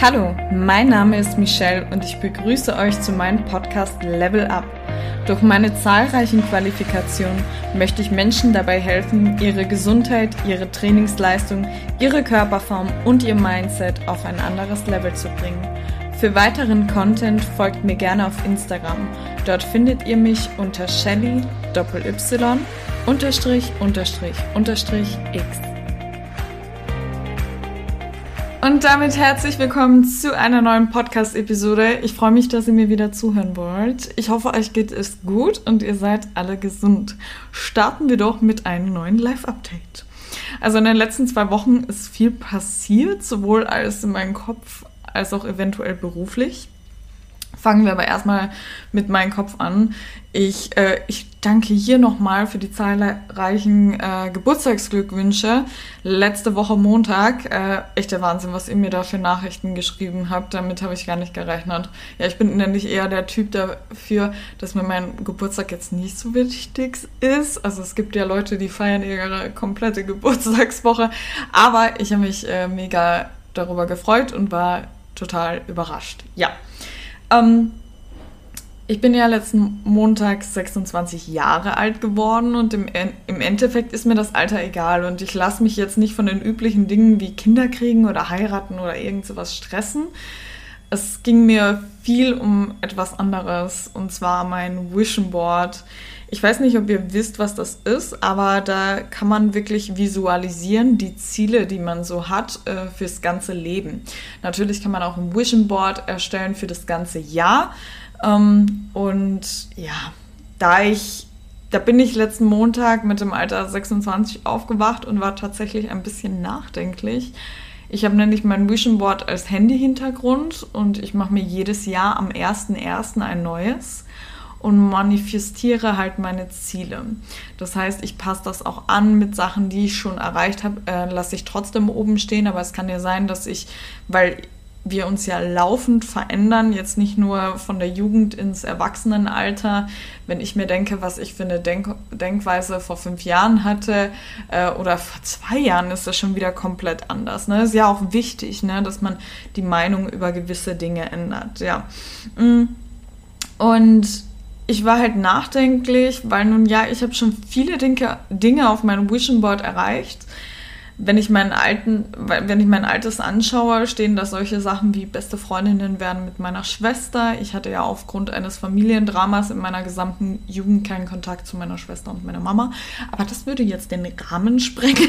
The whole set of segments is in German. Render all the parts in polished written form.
Hallo, mein Name ist Michelle und ich begrüße euch zu meinem Podcast Level Up. Durch meine zahlreichen Qualifikationen möchte ich Menschen dabei helfen, ihre Gesundheit, ihre Trainingsleistung, ihre Körperform und ihr Mindset auf ein anderes Level zu bringen. Für weiteren Content folgt mir gerne auf Instagram. Dort findet ihr mich unter Shelly____x. Und damit herzlich willkommen zu einer neuen Podcast-Episode. Ich freue mich, dass ihr mir wieder zuhören wollt. Ich hoffe, euch geht es gut und ihr seid alle gesund. Starten wir doch mit einem neuen Live-Update. Also in den letzten 2 Wochen ist viel passiert, sowohl als in meinem Kopf als auch eventuell beruflich. Fangen wir aber erstmal mit meinem Kopf an. Ich danke hier nochmal für die zahlreichen Geburtstagsglückwünsche. Letzte Woche Montag, echt der Wahnsinn, was ihr mir da für Nachrichten geschrieben habt. Damit habe ich gar nicht gerechnet. Ja, ich bin nämlich eher der Typ dafür, dass mir mein Geburtstag jetzt nicht so wichtig ist. Also es gibt ja Leute, die feiern ihre komplette Geburtstagswoche. Aber ich habe mich mega darüber gefreut und war total überrascht. Ja. Ich bin ja letzten Montag 26 Jahre alt geworden und im Endeffekt ist mir das Alter egal und ich lasse mich jetzt nicht von den üblichen Dingen wie Kinder kriegen oder heiraten oder irgend sowas stressen. Es ging mir viel um etwas anderes und zwar mein Vision Board. Ich weiß nicht, ob ihr wisst, was das ist, aber da kann man wirklich visualisieren, die Ziele, die man so hat fürs ganze Leben. Natürlich kann man auch ein Vision Board erstellen für das ganze Jahr. Und ja, da bin ich letzten Montag mit dem Alter 26 aufgewacht und war tatsächlich ein bisschen nachdenklich. Ich habe nämlich mein Vision Board als Handy-Hintergrund und ich mache mir jedes Jahr am 1.1. ein neues und manifestiere halt meine Ziele. Das heißt, ich passe das auch an mit Sachen, die ich schon erreicht habe, lasse ich trotzdem oben stehen, aber es kann ja sein, dass weil wir uns ja laufend verändern, jetzt nicht nur von der Jugend ins Erwachsenenalter, wenn ich mir denke, was ich für eine Denkweise vor 5 Jahren hatte oder vor 2 Jahren, ist das schon wieder komplett anders. Ne? Ist ja auch wichtig, ne? Dass man die Meinung über gewisse Dinge ändert. Ja. Und ich war halt nachdenklich, weil nun ja, ich habe schon viele Dinge auf meinem Vision Board erreicht. Wenn ich mein Altes anschaue, stehen da solche Sachen wie beste Freundinnen werden mit meiner Schwester. Ich hatte ja aufgrund eines Familiendramas in meiner gesamten Jugend keinen Kontakt zu meiner Schwester und meiner Mama. Aber das würde jetzt den Rahmen sprengen.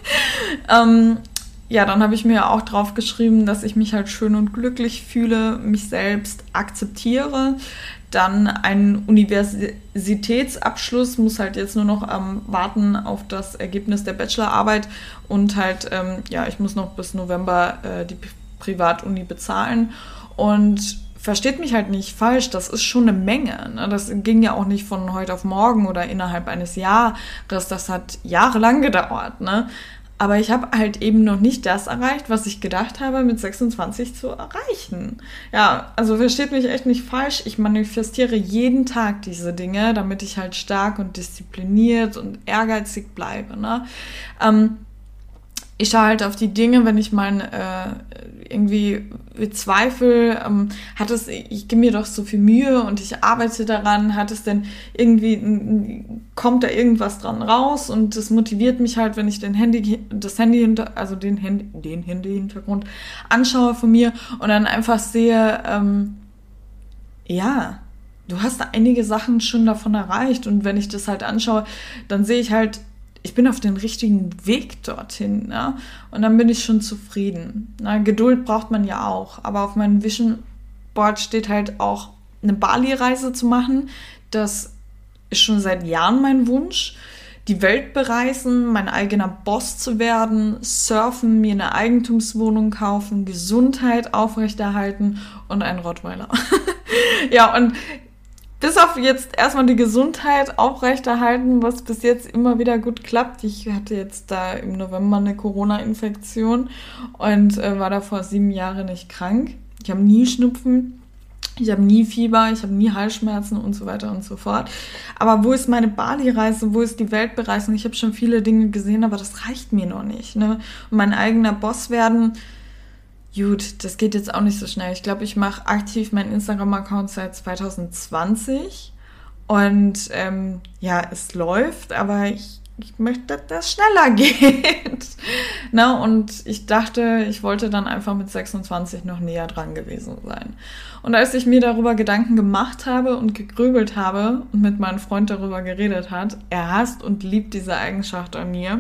Ja, dann habe ich mir auch drauf geschrieben, dass ich mich halt schön und glücklich fühle, mich selbst akzeptiere. Dann ein Universitätsabschluss, muss halt jetzt nur noch warten auf das Ergebnis der Bachelorarbeit und halt, ich muss noch bis November die Privatuni bezahlen und versteht mich halt nicht falsch, das ist schon eine Menge, ne? Das ging ja auch nicht von heute auf morgen oder innerhalb eines Jahres, das hat jahrelang gedauert, ne? Aber ich habe halt eben noch nicht das erreicht, was ich gedacht habe, mit 26 zu erreichen. Ja, also versteht mich echt nicht falsch. Ich manifestiere jeden Tag diese Dinge, damit ich halt stark und diszipliniert und ehrgeizig bleibe. Ne? Ich schaue halt auf die Dinge, wenn ich mal irgendwie Zweifel, ich gebe mir doch so viel Mühe und ich arbeite daran, kommt da irgendwas dran raus und das motiviert mich halt, wenn ich den Handy-Hintergrund anschaue von mir und dann einfach sehe, du hast einige Sachen schon davon erreicht und wenn ich das halt anschaue, dann sehe ich halt, ich bin auf dem richtigen Weg dorthin, ne? Und dann bin ich schon zufrieden. Na, Geduld braucht man ja auch, aber auf meinem Vision Board steht halt auch eine Bali-Reise zu machen. Das ist schon seit Jahren mein Wunsch. Die Welt bereisen, mein eigener Boss zu werden, surfen, mir eine Eigentumswohnung kaufen, Gesundheit aufrechterhalten und einen Rottweiler. Ja, und bis auf jetzt erstmal die Gesundheit aufrechterhalten, was bis jetzt immer wieder gut klappt. Ich hatte jetzt da im November eine Corona-Infektion und war davor 7 Jahre nicht krank. Ich habe nie Schnupfen, ich habe nie Fieber, ich habe nie Halsschmerzen und so weiter und so fort. Aber wo ist meine Bali-Reise, wo ist die Weltbereisung? Ich habe schon viele Dinge gesehen, aber das reicht mir noch nicht. Ne? Und mein eigener Boss werden, Gut, das geht jetzt auch nicht so schnell. Ich glaube, ich mache aktiv meinen Instagram-Account seit 2020 und ja, es läuft, aber ich möchte, dass das schneller geht. Na, und ich dachte, ich wollte dann einfach mit 26 noch näher dran gewesen sein. Und als ich mir darüber Gedanken gemacht habe und gegrübelt habe und mit meinem Freund darüber geredet hat, er hasst und liebt diese Eigenschaft an mir,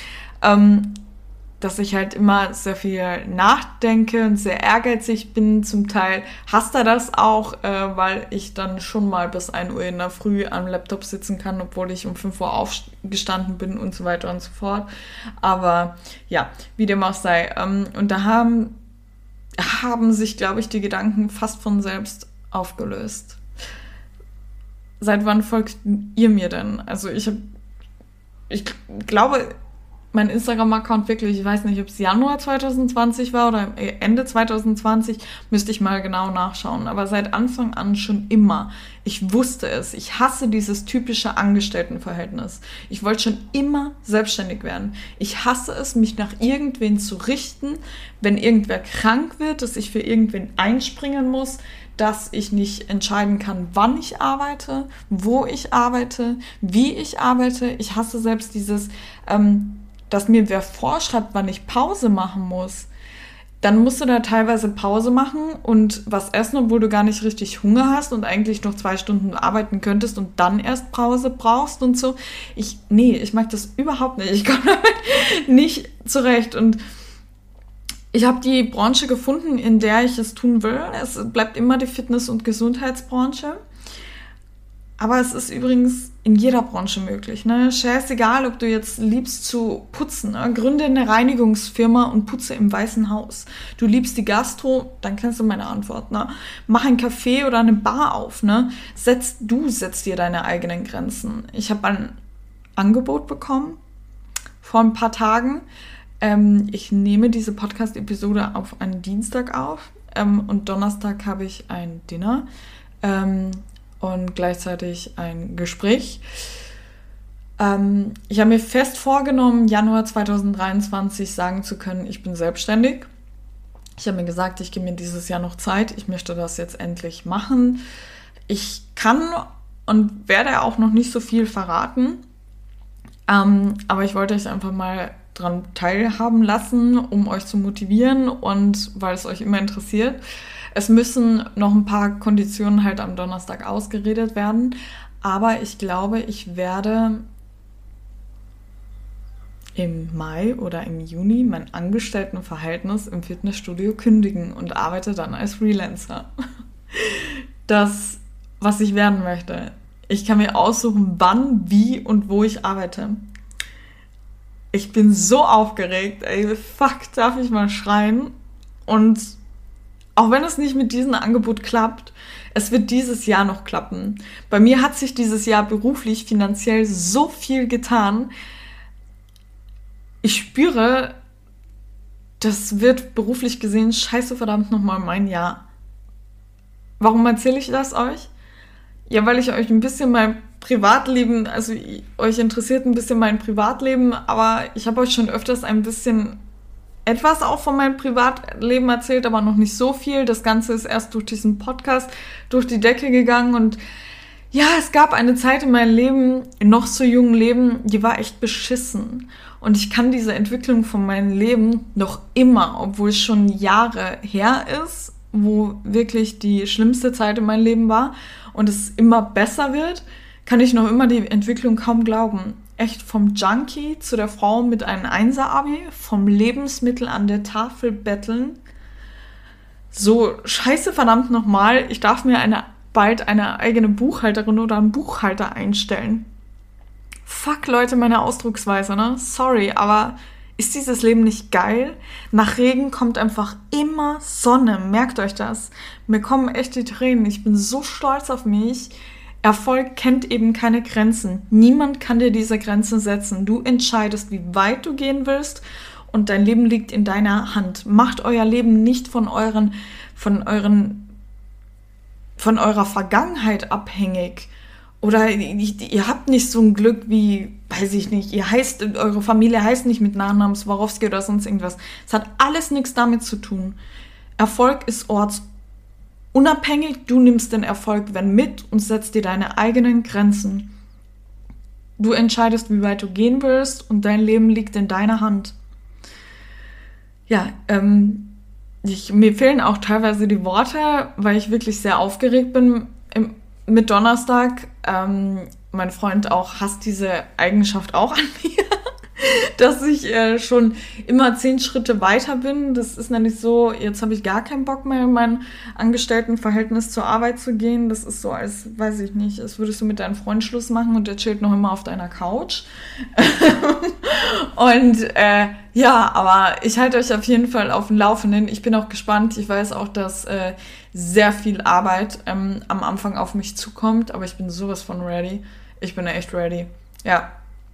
dass ich halt immer sehr viel nachdenke und sehr ehrgeizig bin. Zum Teil hasst er das auch, weil ich dann schon mal bis 1 Uhr in der Früh am Laptop sitzen kann, obwohl ich um 5 Uhr aufgestanden bin und so weiter und so fort. Aber ja, wie dem auch sei. Und da haben sich, glaube ich, die Gedanken fast von selbst aufgelöst. Seit wann folgt ihr mir denn? Also ich glaube, mein Instagram-Account wirklich, ich weiß nicht, ob es Januar 2020 war oder Ende 2020, müsste ich mal genau nachschauen. Aber seit Anfang an schon immer. Ich wusste es. Ich hasse dieses typische Angestelltenverhältnis. Ich wollte schon immer selbstständig werden. Ich hasse es, mich nach irgendwen zu richten, wenn irgendwer krank wird, dass ich für irgendwen einspringen muss, dass ich nicht entscheiden kann, wann ich arbeite, wo ich arbeite, wie ich arbeite. Ich hasse selbst dieses dass mir wer vorschreibt, wann ich Pause machen muss. Dann musst du da teilweise Pause machen und was essen, obwohl du gar nicht richtig Hunger hast und eigentlich noch 2 Stunden arbeiten könntest und dann erst Pause brauchst und so. Ich mag das überhaupt nicht. Ich komme damit nicht zurecht. Und ich habe die Branche gefunden, in der ich es tun will. Es bleibt immer die Fitness- und Gesundheitsbranche. Aber es ist übrigens in jeder Branche möglich. Ne? Scheißegal, ob du jetzt liebst zu putzen. Ne? Gründe eine Reinigungsfirma und putze im Weißen Haus. Du liebst die Gastro, dann kennst du meine Antwort. Ne? Mach ein Café oder eine Bar auf. Ne? Setz dir deine eigenen Grenzen. Ich habe ein Angebot bekommen vor ein paar Tagen. Ich nehme diese Podcast-Episode auf einen Dienstag auf und Donnerstag habe ich ein Dinner. Und gleichzeitig ein Gespräch. Ich habe mir fest vorgenommen, Januar 2023 sagen zu können, ich bin selbstständig. Ich habe mir gesagt, ich gebe mir dieses Jahr noch Zeit. Ich möchte das jetzt endlich machen. Ich kann und werde auch noch nicht so viel verraten. Aber ich wollte euch einfach mal dran teilhaben lassen, um euch zu motivieren und weil es euch immer interessiert. Es müssen noch ein paar Konditionen halt am Donnerstag ausgeredet werden, aber ich glaube, ich werde im Mai oder im Juni mein Angestelltenverhältnis im Fitnessstudio kündigen und arbeite dann als Freelancer. Das, was ich werden möchte. Ich kann mir aussuchen, wann, wie und wo ich arbeite. Ich bin so aufgeregt, ey, fuck, darf ich mal schreien? Und auch wenn es nicht mit diesem Angebot klappt, es wird dieses Jahr noch klappen. Bei mir hat sich dieses Jahr beruflich, finanziell so viel getan. Ich spüre, das wird beruflich gesehen scheiße verdammt nochmal mein Jahr. Warum erzähle ich das euch? Ja, weil ich euch ein bisschen mein Privatleben, also euch interessiert ein bisschen mein Privatleben, aber ich habe euch schon öfters ein bisschen etwas auch von meinem Privatleben erzählt, aber noch nicht so viel. Das Ganze ist erst durch diesen Podcast durch die Decke gegangen und ja, es gab eine Zeit in meinem Leben, noch so jungen Leben, die war echt beschissen. Und ich kann diese Entwicklung von meinem Leben noch immer, obwohl es schon Jahre her ist, wo wirklich die schlimmste Zeit in meinem Leben war und es immer besser wird, kann ich noch immer die Entwicklung kaum glauben. Echt vom Junkie zu der Frau mit einem 1er-Abi, vom Lebensmittel an der Tafel betteln. So, scheiße verdammt nochmal, ich darf mir bald eine eigene Buchhalterin oder einen Buchhalter einstellen. Fuck, Leute, meine Ausdrucksweise, ne? Sorry, aber ist dieses Leben nicht geil? Nach Regen kommt einfach immer Sonne, merkt euch das. Mir kommen echt die Tränen, ich bin so stolz auf mich. Erfolg kennt eben keine Grenzen. Niemand kann dir diese Grenzen setzen. Du entscheidest, wie weit du gehen willst und dein Leben liegt in deiner Hand. Macht euer Leben nicht von eurer Vergangenheit abhängig. Oder ihr habt nicht so ein Glück wie, weiß ich nicht, eure Familie heißt nicht mit Nachnamen Swarovski oder sonst irgendwas. Es hat alles nichts damit zu tun. Erfolg ist ortsunabhängig. Du nimmst den Erfolg mit und setzt dir deine eigenen Grenzen. Du entscheidest, wie weit du gehen willst und dein Leben liegt in deiner Hand. Ja, mir fehlen auch teilweise die Worte, weil ich wirklich sehr aufgeregt bin mit Donnerstag. Mein Freund auch hasst diese Eigenschaft auch an mir, dass ich schon immer 10 Schritte weiter bin. Das ist nämlich so, jetzt habe ich gar keinen Bock mehr, in mein Angestelltenverhältnis zur Arbeit zu gehen. Das ist so, als, weiß ich nicht, als würdest du mit deinem Freund Schluss machen und der chillt noch immer auf deiner Couch. Und ja, aber ich halte euch auf jeden Fall auf dem Laufenden. Ich bin auch gespannt. Ich weiß auch, dass sehr viel Arbeit am Anfang auf mich zukommt, aber ich bin sowas von ready. Ich bin echt ready. Ja.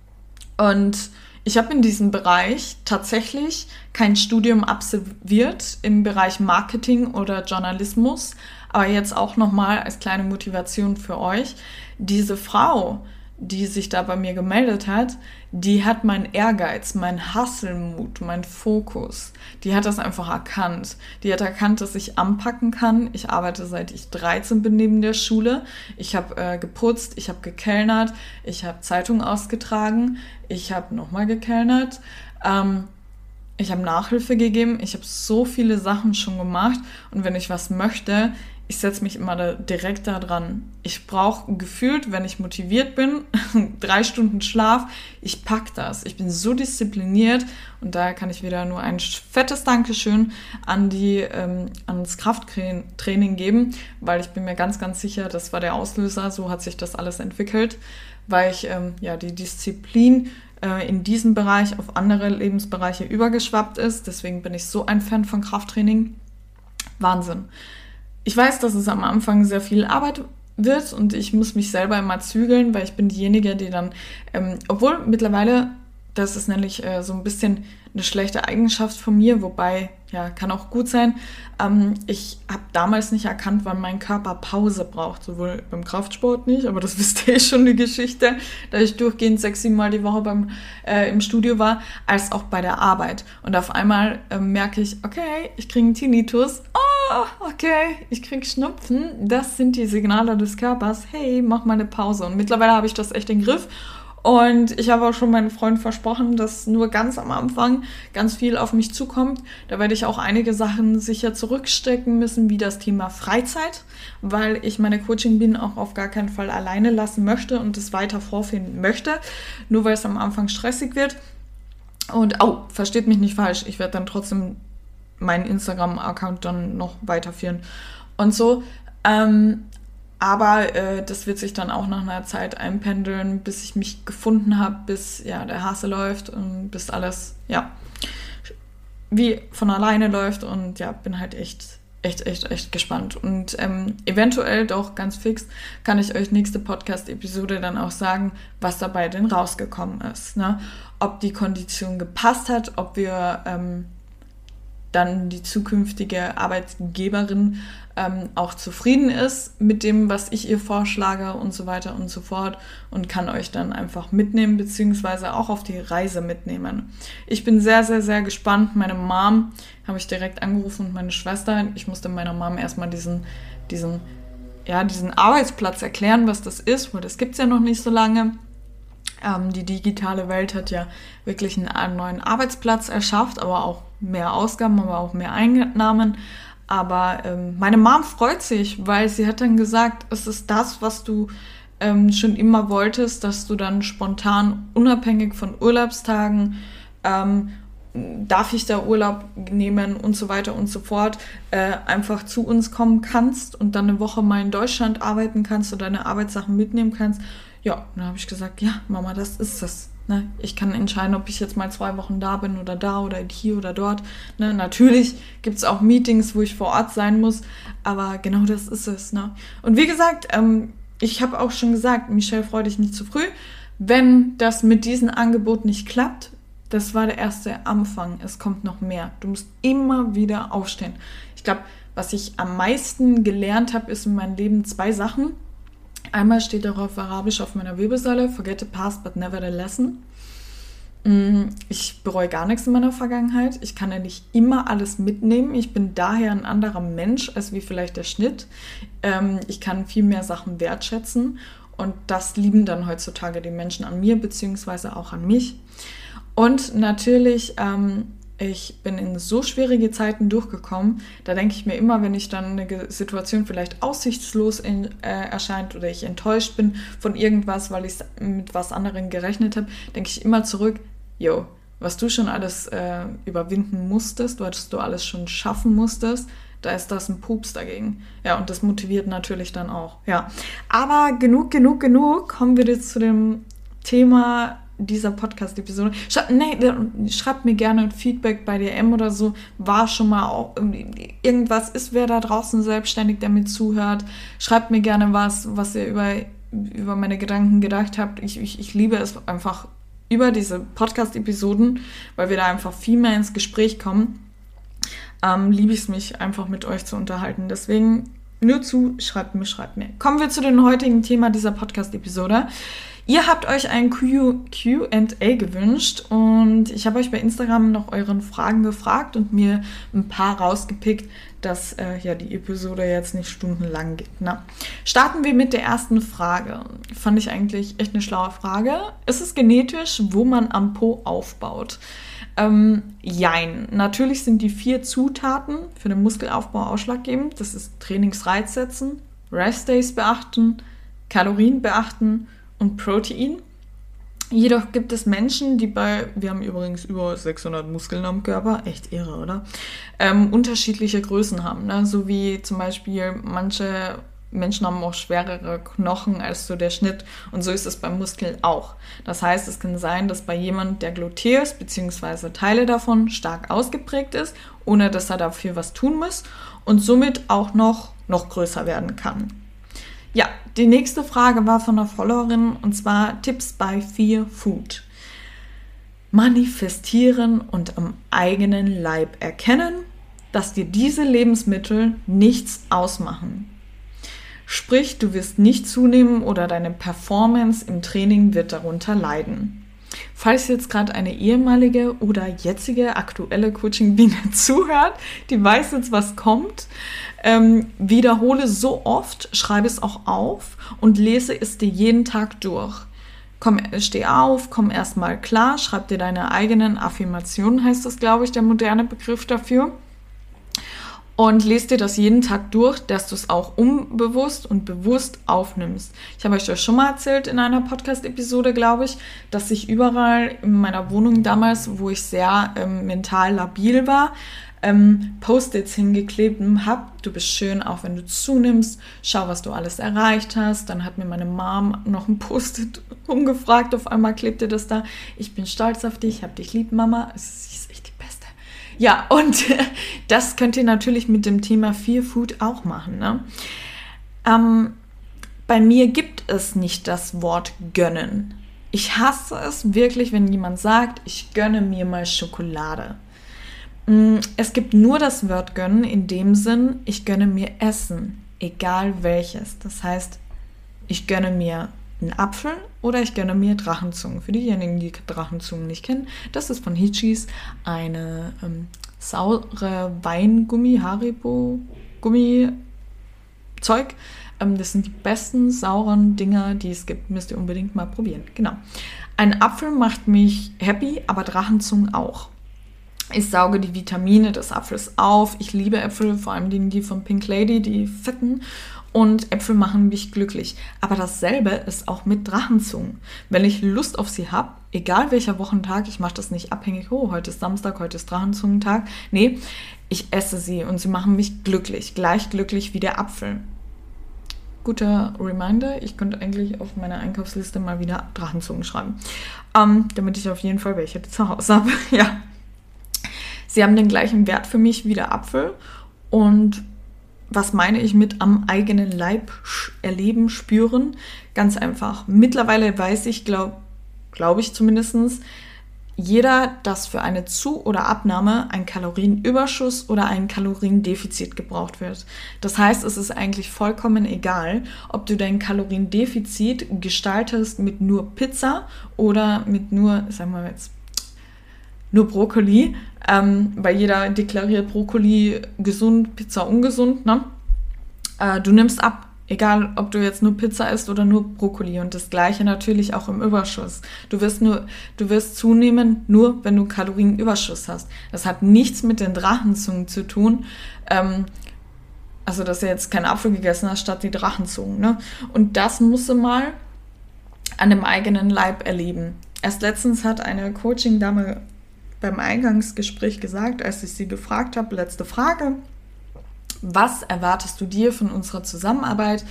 Und ich habe in diesem Bereich tatsächlich kein Studium absolviert im Bereich Marketing oder Journalismus, aber jetzt auch nochmal als kleine Motivation für euch. Diese Frau, die sich da bei mir gemeldet hat, die hat meinen Ehrgeiz, meinen Hustle-Mut, meinen Fokus, die hat das einfach erkannt. Die hat erkannt, dass ich anpacken kann. Ich arbeite seit ich 13 bin neben der Schule. Ich habe geputzt, ich habe gekellnert, ich habe Zeitung ausgetragen, ich habe nochmal gekellnert, ich habe Nachhilfe gegeben, ich habe so viele Sachen schon gemacht und wenn ich was möchte, ich setze mich immer direkt da dran. Ich brauche gefühlt, wenn ich motiviert bin, 3 Stunden Schlaf, ich pack das. Ich bin so diszipliniert und daher kann ich wieder nur ein fettes Dankeschön ans Krafttraining geben, weil ich bin mir ganz, ganz sicher, das war der Auslöser, so hat sich das alles entwickelt, weil ich die Disziplin in diesem Bereich auf andere Lebensbereiche übergeschwappt ist. Deswegen bin ich so ein Fan von Krafttraining. Wahnsinn. Ich weiß, dass es am Anfang sehr viel Arbeit wird und ich muss mich selber immer zügeln, weil ich bin diejenige, die dann, obwohl mittlerweile, das ist nämlich so ein bisschen eine schlechte Eigenschaft von mir, wobei, ja, kann auch gut sein, ich habe damals nicht erkannt, wann mein Körper Pause braucht, sowohl beim Kraftsport nicht, aber das wisst ihr schon die Geschichte, da ich durchgehend 6-7 Mal die Woche im Studio war, als auch bei der Arbeit. Und auf einmal merke ich, okay, ich kriege einen Tinnitus, okay, ich kriege Schnupfen, das sind die Signale des Körpers, hey, mach mal eine Pause. Und mittlerweile habe ich das echt im Griff. Und ich habe auch schon meinem Freund versprochen, dass nur ganz am Anfang ganz viel auf mich zukommt. Da werde ich auch einige Sachen sicher zurückstecken müssen, wie das Thema Freizeit, weil ich meine Coaching-Bienen auch auf gar keinen Fall alleine lassen möchte und es weiter vorfinden möchte, nur weil es am Anfang stressig wird. Und, versteht mich nicht falsch, ich werde dann trotzdem meinen Instagram-Account dann noch weiterführen und so. Aber das wird sich dann auch nach einer Zeit einpendeln, bis ich mich gefunden habe, bis der Hase läuft und bis alles wie von alleine läuft und bin halt echt gespannt. Und eventuell doch ganz fix kann ich euch nächste Podcast-Episode dann auch sagen, was dabei denn rausgekommen ist. Ne? Ob die Kondition gepasst hat, ob wir dann die zukünftige Arbeitgeberin auch zufrieden ist mit dem, was ich ihr vorschlage und so weiter und so fort und kann euch dann einfach mitnehmen, beziehungsweise auch auf die Reise mitnehmen. Ich bin sehr, sehr, sehr gespannt. Meine Mom habe ich direkt angerufen und meine Schwester. Ich musste meiner Mom erstmal diesen Arbeitsplatz erklären, was das ist, weil das gibt es ja noch nicht so lange. Die digitale Welt hat ja wirklich einen neuen Arbeitsplatz erschafft, aber auch mehr Ausgaben, aber auch mehr Einnahmen. Aber meine Mom freut sich, weil sie hat dann gesagt, es ist das, was du schon immer wolltest, dass du dann spontan, unabhängig von Urlaubstagen, darf ich da Urlaub nehmen und so weiter und so fort, einfach zu uns kommen kannst und dann eine Woche mal in Deutschland arbeiten kannst oder deine Arbeitssachen mitnehmen kannst. Ja, dann habe ich gesagt, ja, Mama, das ist es. Ne? Ich kann entscheiden, ob ich jetzt mal 2 Wochen da bin oder da oder hier oder dort. Ne? Natürlich gibt es auch Meetings, wo ich vor Ort sein muss, aber genau das ist es. Ne? Und wie gesagt, ich habe auch schon gesagt, Michelle, freu dich nicht zu früh. Wenn das mit diesem Angebot nicht klappt, das war der erste Anfang. Es kommt noch mehr. Du musst immer wieder aufstehen. Ich glaube, was ich am meisten gelernt habe, ist in meinem Leben 2 Sachen. Einmal steht auch auf Arabisch auf meiner Wirbelsäule, forget the past but never the lesson. Ich bereue gar nichts in meiner Vergangenheit. Ich kann ja nicht immer alles mitnehmen. Ich bin daher ein anderer Mensch als wie vielleicht der Schnitt. Ich kann viel mehr Sachen wertschätzen und das lieben dann heutzutage die Menschen an mir beziehungsweise auch an mich. Und natürlich, ich bin in so schwierige Zeiten durchgekommen, da denke ich mir immer, wenn ich dann eine Situation vielleicht aussichtslos erscheint oder ich enttäuscht bin von irgendwas, weil ich mit was anderem gerechnet habe, denke ich immer zurück, was du schon alles überwinden musstest, was du alles schon schaffen musstest, da ist das ein Pups dagegen. Ja, und das motiviert natürlich dann auch. Ja, aber genug. Kommen wir jetzt zu dem Thema dieser Podcast-Episode. Schreibt mir gerne ein Feedback bei DM oder so. War schon mal auch irgendwas, ist wer da draußen selbstständig, der mir zuhört. Schreibt mir gerne was ihr über meine Gedanken gedacht habt. Ich liebe es einfach über diese Podcast-Episoden, weil wir da einfach viel mehr ins Gespräch kommen. Liebe ich es, mich einfach mit euch zu unterhalten. Deswegen nur schreibt mir. Kommen wir zu dem heutigen Thema dieser Podcast-Episode. Ihr habt euch ein Q&A gewünscht und ich habe euch bei Instagram nach euren Fragen gefragt und mir ein paar rausgepickt, dass die Episode jetzt nicht stundenlang geht. Ne? Starten wir mit der ersten Frage. Fand ich eigentlich echt eine schlaue Frage. Ist es genetisch, wo man am Po aufbaut? Jein. Natürlich sind die 4 Zutaten für den Muskelaufbau ausschlaggebend. Das ist Trainingsreiz setzen, Restdays beachten, Kalorien beachten und Protein. Jedoch gibt es Menschen, wir haben übrigens über 600 Muskeln am Körper, echt irre, oder? Unterschiedliche Größen haben, ne? So wie zum Beispiel manche Menschen haben auch schwerere Knochen als so der Schnitt und so ist es beim Muskel auch. Das heißt, es kann sein, dass bei jemandem der Gluteus bzw. Teile davon stark ausgeprägt ist, ohne dass er dafür was tun muss und somit auch noch größer werden kann. Ja, die nächste Frage war von einer Followerin und zwar Tipps bei Fear Food. Manifestieren und am eigenen Leib erkennen, dass dir diese Lebensmittel nichts ausmachen. Sprich, du wirst nicht zunehmen oder deine Performance im Training wird darunter leiden. Falls jetzt gerade eine ehemalige oder jetzige aktuelle Coaching-Biene zuhört, die weiß jetzt, was kommt, wiederhole so oft, schreibe es auch auf und lese es dir jeden Tag durch. Steh auf, komm erstmal klar, schreib dir deine eigenen Affirmationen, heißt das, glaube ich, der moderne Begriff dafür. Und lest dir das jeden Tag durch, dass du es auch unbewusst und bewusst aufnimmst. Ich habe euch das schon mal erzählt in einer Podcast-Episode, glaube ich, dass ich überall in meiner Wohnung damals, wo ich sehr mental labil war, Post-its hingeklebt habe. Du bist schön, auch wenn du zunimmst. Schau, was du alles erreicht hast. Dann hat mir meine Mom noch ein Post-it umgefragt. Auf einmal klebte das da. Ich bin stolz auf dich, hab dich lieb, Mama. Sie ist echt die Beste. Ja, und das könnt ihr natürlich mit dem Thema Fear Food auch machen. Ne? Bei mir gibt es nicht das Wort gönnen. Ich hasse es wirklich, wenn jemand sagt, ich gönne mir mal Schokolade. Es gibt nur das Wort gönnen in dem Sinn, ich gönne mir Essen, egal welches. Das heißt, ich gönne mir einen Apfel oder ich gönne mir Drachenzungen. Für diejenigen, die Drachenzungen nicht kennen, das ist von Hitchis eine saure Weingummi, Haribo-Gummi-Zeug. Das sind die besten sauren Dinger, die es gibt. Müsst ihr unbedingt mal probieren. Genau. Ein Apfel macht mich happy, aber Drachenzungen auch. Ich sauge die Vitamine des Apfels auf. Ich liebe Äpfel, vor allem die von Pink Lady, die fetten. Und Äpfel machen mich glücklich. Aber dasselbe ist auch mit Drachenzungen. Wenn ich Lust auf sie habe, egal welcher Wochentag, ich mache das nicht abhängig, heute ist Samstag, heute ist Drachenzungentag. Nee, ich esse sie und sie machen mich glücklich. Gleich glücklich wie der Apfel. Guter Reminder, ich könnte eigentlich auf meiner Einkaufsliste mal wieder Drachenzungen schreiben. Damit ich auf jeden Fall welche zu Hause habe. Ja. Sie haben den gleichen Wert für mich wie der Apfel. Und was meine ich mit am eigenen Leib erleben, spüren? Ganz einfach. Mittlerweile weiß ich, glaube ich zumindest, jeder, dass für eine Zu- oder Abnahme ein Kalorienüberschuss oder ein Kaloriendefizit gebraucht wird. Das heißt, es ist eigentlich vollkommen egal, ob du dein Kaloriendefizit gestaltest mit nur Pizza oder mit nur, sagen wir jetzt, nur Brokkoli, weil jeder deklariert Brokkoli gesund, Pizza ungesund, ne? Du nimmst ab. Egal, ob du jetzt nur Pizza isst oder nur Brokkoli. Und das Gleiche natürlich auch im Überschuss. Du wirst zunehmen, nur wenn du Kalorienüberschuss hast. Das hat nichts mit den Drachenzungen zu tun. Also, dass du jetzt keinen Apfel gegessen hast, statt die Drachenzungen. Ne? Und das musst du mal an dem eigenen Leib erleben. Erst letztens hat eine Coaching-Dame beim Eingangsgespräch gesagt, als ich sie gefragt habe, letzte Frage, was erwartest du dir von unserer Zusammenarbeit?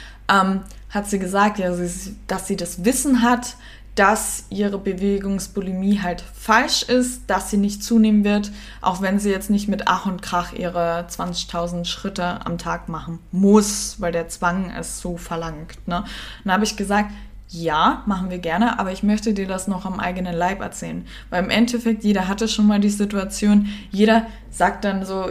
Hat sie gesagt, ja, dass sie das Wissen hat, dass ihre Bewegungsbulimie halt falsch ist, dass sie nicht zunehmen wird, auch wenn sie jetzt nicht mit Ach und Krach ihre 20.000 Schritte am Tag machen muss, weil der Zwang es so verlangt. Ne? Dann habe ich gesagt, ja, machen wir gerne, aber ich möchte dir das noch am eigenen Leib erzählen. Weil im Endeffekt, jeder hatte schon mal die Situation, jeder sagt dann so,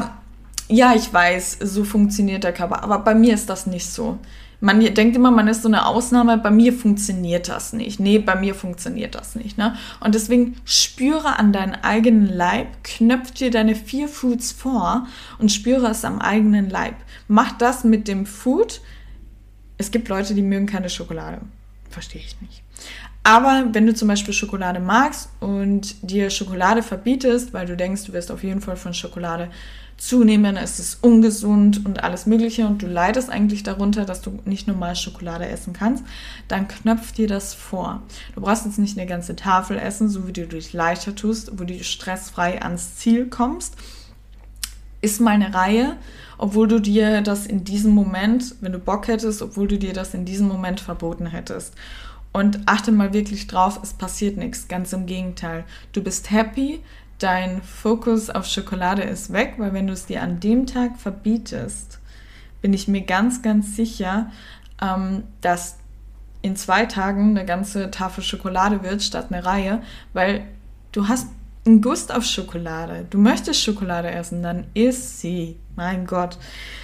ja, ich weiß, so funktioniert der Körper, aber bei mir ist das nicht so. Man denkt immer, man ist so eine Ausnahme, bei mir funktioniert das nicht. Nee, bei mir funktioniert das nicht. Ne? Und deswegen spüre an deinen eigenen Leib, knöpf dir deine 4 Foods vor und spüre es am eigenen Leib. Mach das mit dem Food. Es gibt Leute, die mögen keine Schokolade. Verstehe ich nicht. Aber wenn du zum Beispiel Schokolade magst und dir Schokolade verbietest, weil du denkst, du wirst auf jeden Fall von Schokolade zunehmen, es ist ungesund und alles Mögliche und du leidest eigentlich darunter, dass du nicht normal Schokolade essen kannst, dann knöpf dir das vor. Du brauchst jetzt nicht eine ganze Tafel essen, so wie du dich leichter tust, wo du stressfrei ans Ziel kommst. Iss mal eine Reihe, obwohl du dir das in diesem Moment, wenn du Bock hättest, obwohl du dir das in diesem Moment verboten hättest. Und achte mal wirklich drauf, es passiert nichts, ganz im Gegenteil. Du bist happy, dein Fokus auf Schokolade ist weg, weil wenn du es dir an dem Tag verbietest, bin ich mir ganz, ganz sicher, dass in 2 Tagen eine ganze Tafel Schokolade wird, statt eine Reihe, weil du hast einen Gust auf Schokolade. Du möchtest Schokolade essen, dann iss sie. Mein Gott.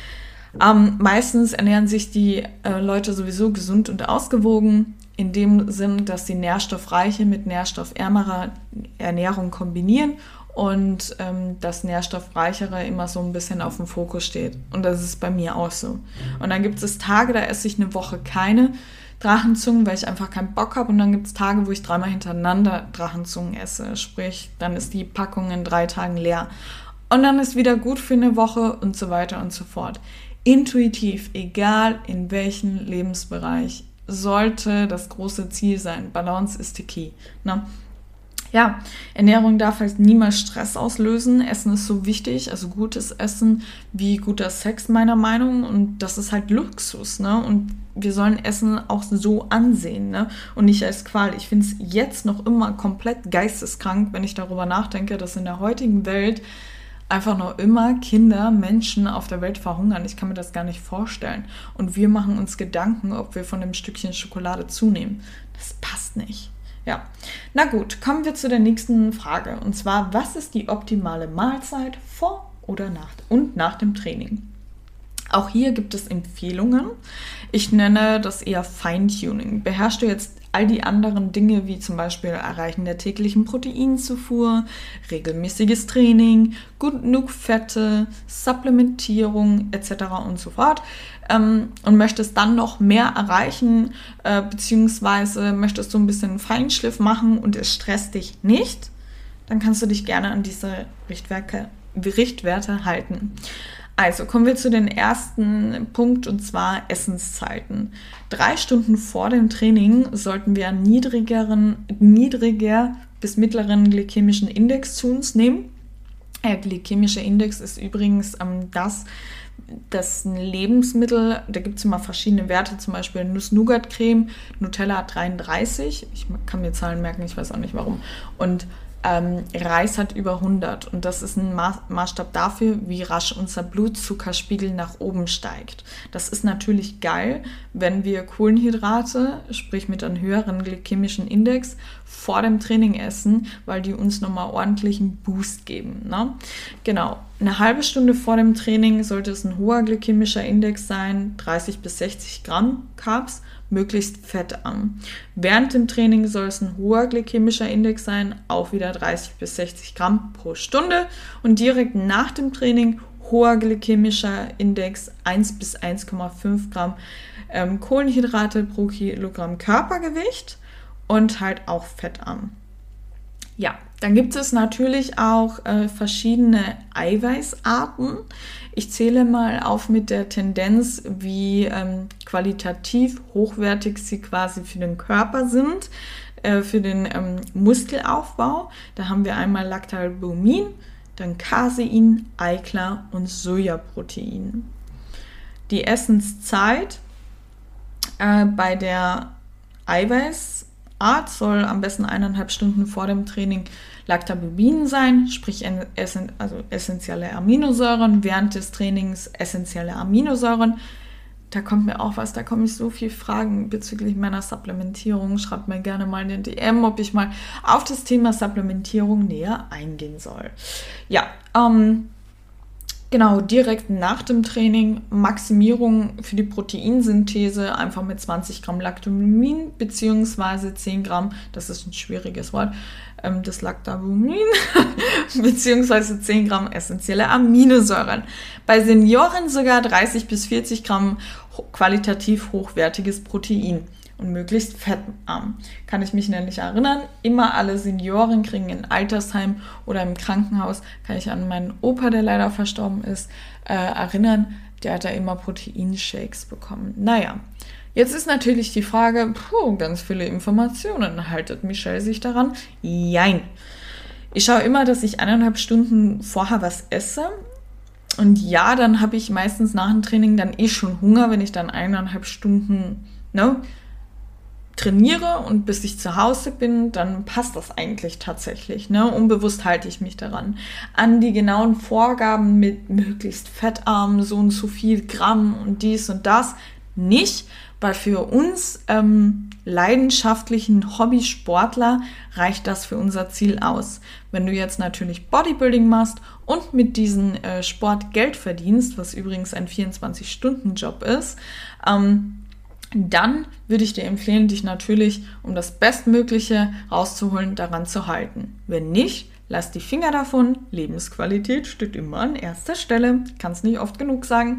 Meistens ernähren sich die Leute sowieso gesund und ausgewogen, in dem Sinn, dass sie nährstoffreiche mit nährstoffärmerer Ernährung kombinieren und das Nährstoffreichere immer so ein bisschen auf dem Fokus steht. Und das ist bei mir auch so. Und dann gibt es Tage, da esse ich eine Woche keine Drachenzungen, weil ich einfach keinen Bock habe. Und dann gibt es Tage, wo ich 3-mal hintereinander Drachenzungen esse. Sprich, dann ist die Packung in 3 Tagen leer. Und dann ist wieder gut für eine Woche und so weiter und so fort. Intuitiv, egal in welchem Lebensbereich, sollte das große Ziel sein. Balance ist the key. Ne? Ja, Ernährung darf halt niemals Stress auslösen. Essen ist so wichtig, also gutes Essen wie guter Sex meiner Meinung. Und das ist halt Luxus. Ne? Und wir sollen Essen auch so ansehen, ne? Und nicht als Qual. Ich finde es jetzt noch immer komplett geisteskrank, wenn ich darüber nachdenke, dass in der heutigen Welt einfach noch immer Kinder, Menschen auf der Welt verhungern. Ich kann mir das gar nicht vorstellen. Und wir machen uns Gedanken, ob wir von dem Stückchen Schokolade zunehmen. Das passt nicht. Ja, na gut, kommen wir zu der nächsten Frage. Und zwar, was ist die optimale Mahlzeit vor oder nach dem Training? Auch hier gibt es Empfehlungen. Ich nenne das eher Feintuning. Beherrschst du jetzt all die anderen Dinge, wie zum Beispiel Erreichen der täglichen Proteinzufuhr, regelmäßiges Training, gut genug Fette, Supplementierung etc. und so fort, und möchtest dann noch mehr erreichen, beziehungsweise möchtest du ein bisschen Feinschliff machen und es stresst dich nicht, dann kannst du dich gerne an diese Richtwerte halten. Also kommen wir zu den ersten Punkt, und zwar Essenszeiten. 3 Stunden vor dem Training sollten wir einen niedriger bis mittleren glykämischen Index zu uns nehmen. Der glykämische Index ist übrigens das Lebensmittel, da gibt es immer verschiedene Werte, zum Beispiel Nuss-Nougat-Creme, Nutella hat 33, ich kann mir Zahlen merken, ich weiß auch nicht warum, und Reis hat über 100 und das ist ein Maßstab dafür, wie rasch unser Blutzuckerspiegel nach oben steigt. Das ist natürlich geil, wenn wir Kohlenhydrate, sprich mit einem höheren glykämischen Index, vor dem Training essen, weil die uns nochmal ordentlichen Boost geben. Ne? Genau, eine halbe Stunde vor dem Training sollte es ein hoher glykämischer Index sein, 30 bis 60 Gramm Carbs, möglichst fettarm. Während dem Training soll es ein hoher glykämischer Index sein, auch wieder 30 bis 60 Gramm pro Stunde. Und direkt nach dem Training hoher glykämischer Index 1 bis 1,5 Gramm Kohlenhydrate pro Kilogramm Körpergewicht und halt auch fettarm. Ja, dann gibt es natürlich auch verschiedene Eiweißarten. Ich zähle mal auf mit der Tendenz, wie qualitativ hochwertig sie quasi für den Körper sind, für den Muskelaufbau. Da haben wir einmal Lactalbumin, dann Casein, Eiklar und Sojaprotein. Die Essenszeit bei der Eiweißart soll am besten 1,5 Stunden vor dem Training Lactalbumin sein, sprich essentielle Aminosäuren, während des Trainings essentielle Aminosäuren. Da kommt mir auch was, da kommen so viele Fragen bezüglich meiner Supplementierung. Schreibt mir gerne mal in den DM, ob ich mal auf das Thema Supplementierung näher eingehen soll. Ja, genau, direkt nach dem Training Maximierung für die Proteinsynthese einfach mit 20 Gramm Lactalbumin bzw. 10 Gramm, das ist ein schwieriges Wort, das Lactalbumin bzw. 10 Gramm essentielle Aminosäuren. Bei Senioren sogar 30 bis 40 Gramm qualitativ hochwertiges Protein und möglichst fettarm. Kann ich mich nämlich erinnern, immer alle Senioren kriegen in Altersheim oder im Krankenhaus, kann ich an meinen Opa, der leider verstorben ist, erinnern, der hat da immer Proteinshakes bekommen. Naja, jetzt ist natürlich die Frage, ganz viele Informationen, haltet Michelle sich daran? Jein. Ich schaue immer, dass ich 1,5 Stunden vorher was esse. Und ja, dann habe ich meistens nach dem Training dann schon Hunger, wenn ich dann 1,5 Stunden trainiere und bis ich zu Hause bin, dann passt das eigentlich tatsächlich. Unbewusst halte ich mich daran. An die genauen Vorgaben mit möglichst fettarm, so und so viel Gramm und dies und das nicht, weil für uns leidenschaftlichen Hobbysportler reicht das für unser Ziel aus. Wenn du jetzt natürlich Bodybuilding machst und mit diesem Sport Geld verdienst, was übrigens ein 24-Stunden-Job ist, dann würde ich dir empfehlen, dich natürlich, um das Bestmögliche rauszuholen, daran zu halten. Wenn nicht, lass die Finger davon. Lebensqualität steht immer an erster Stelle. Kann es nicht oft genug sagen.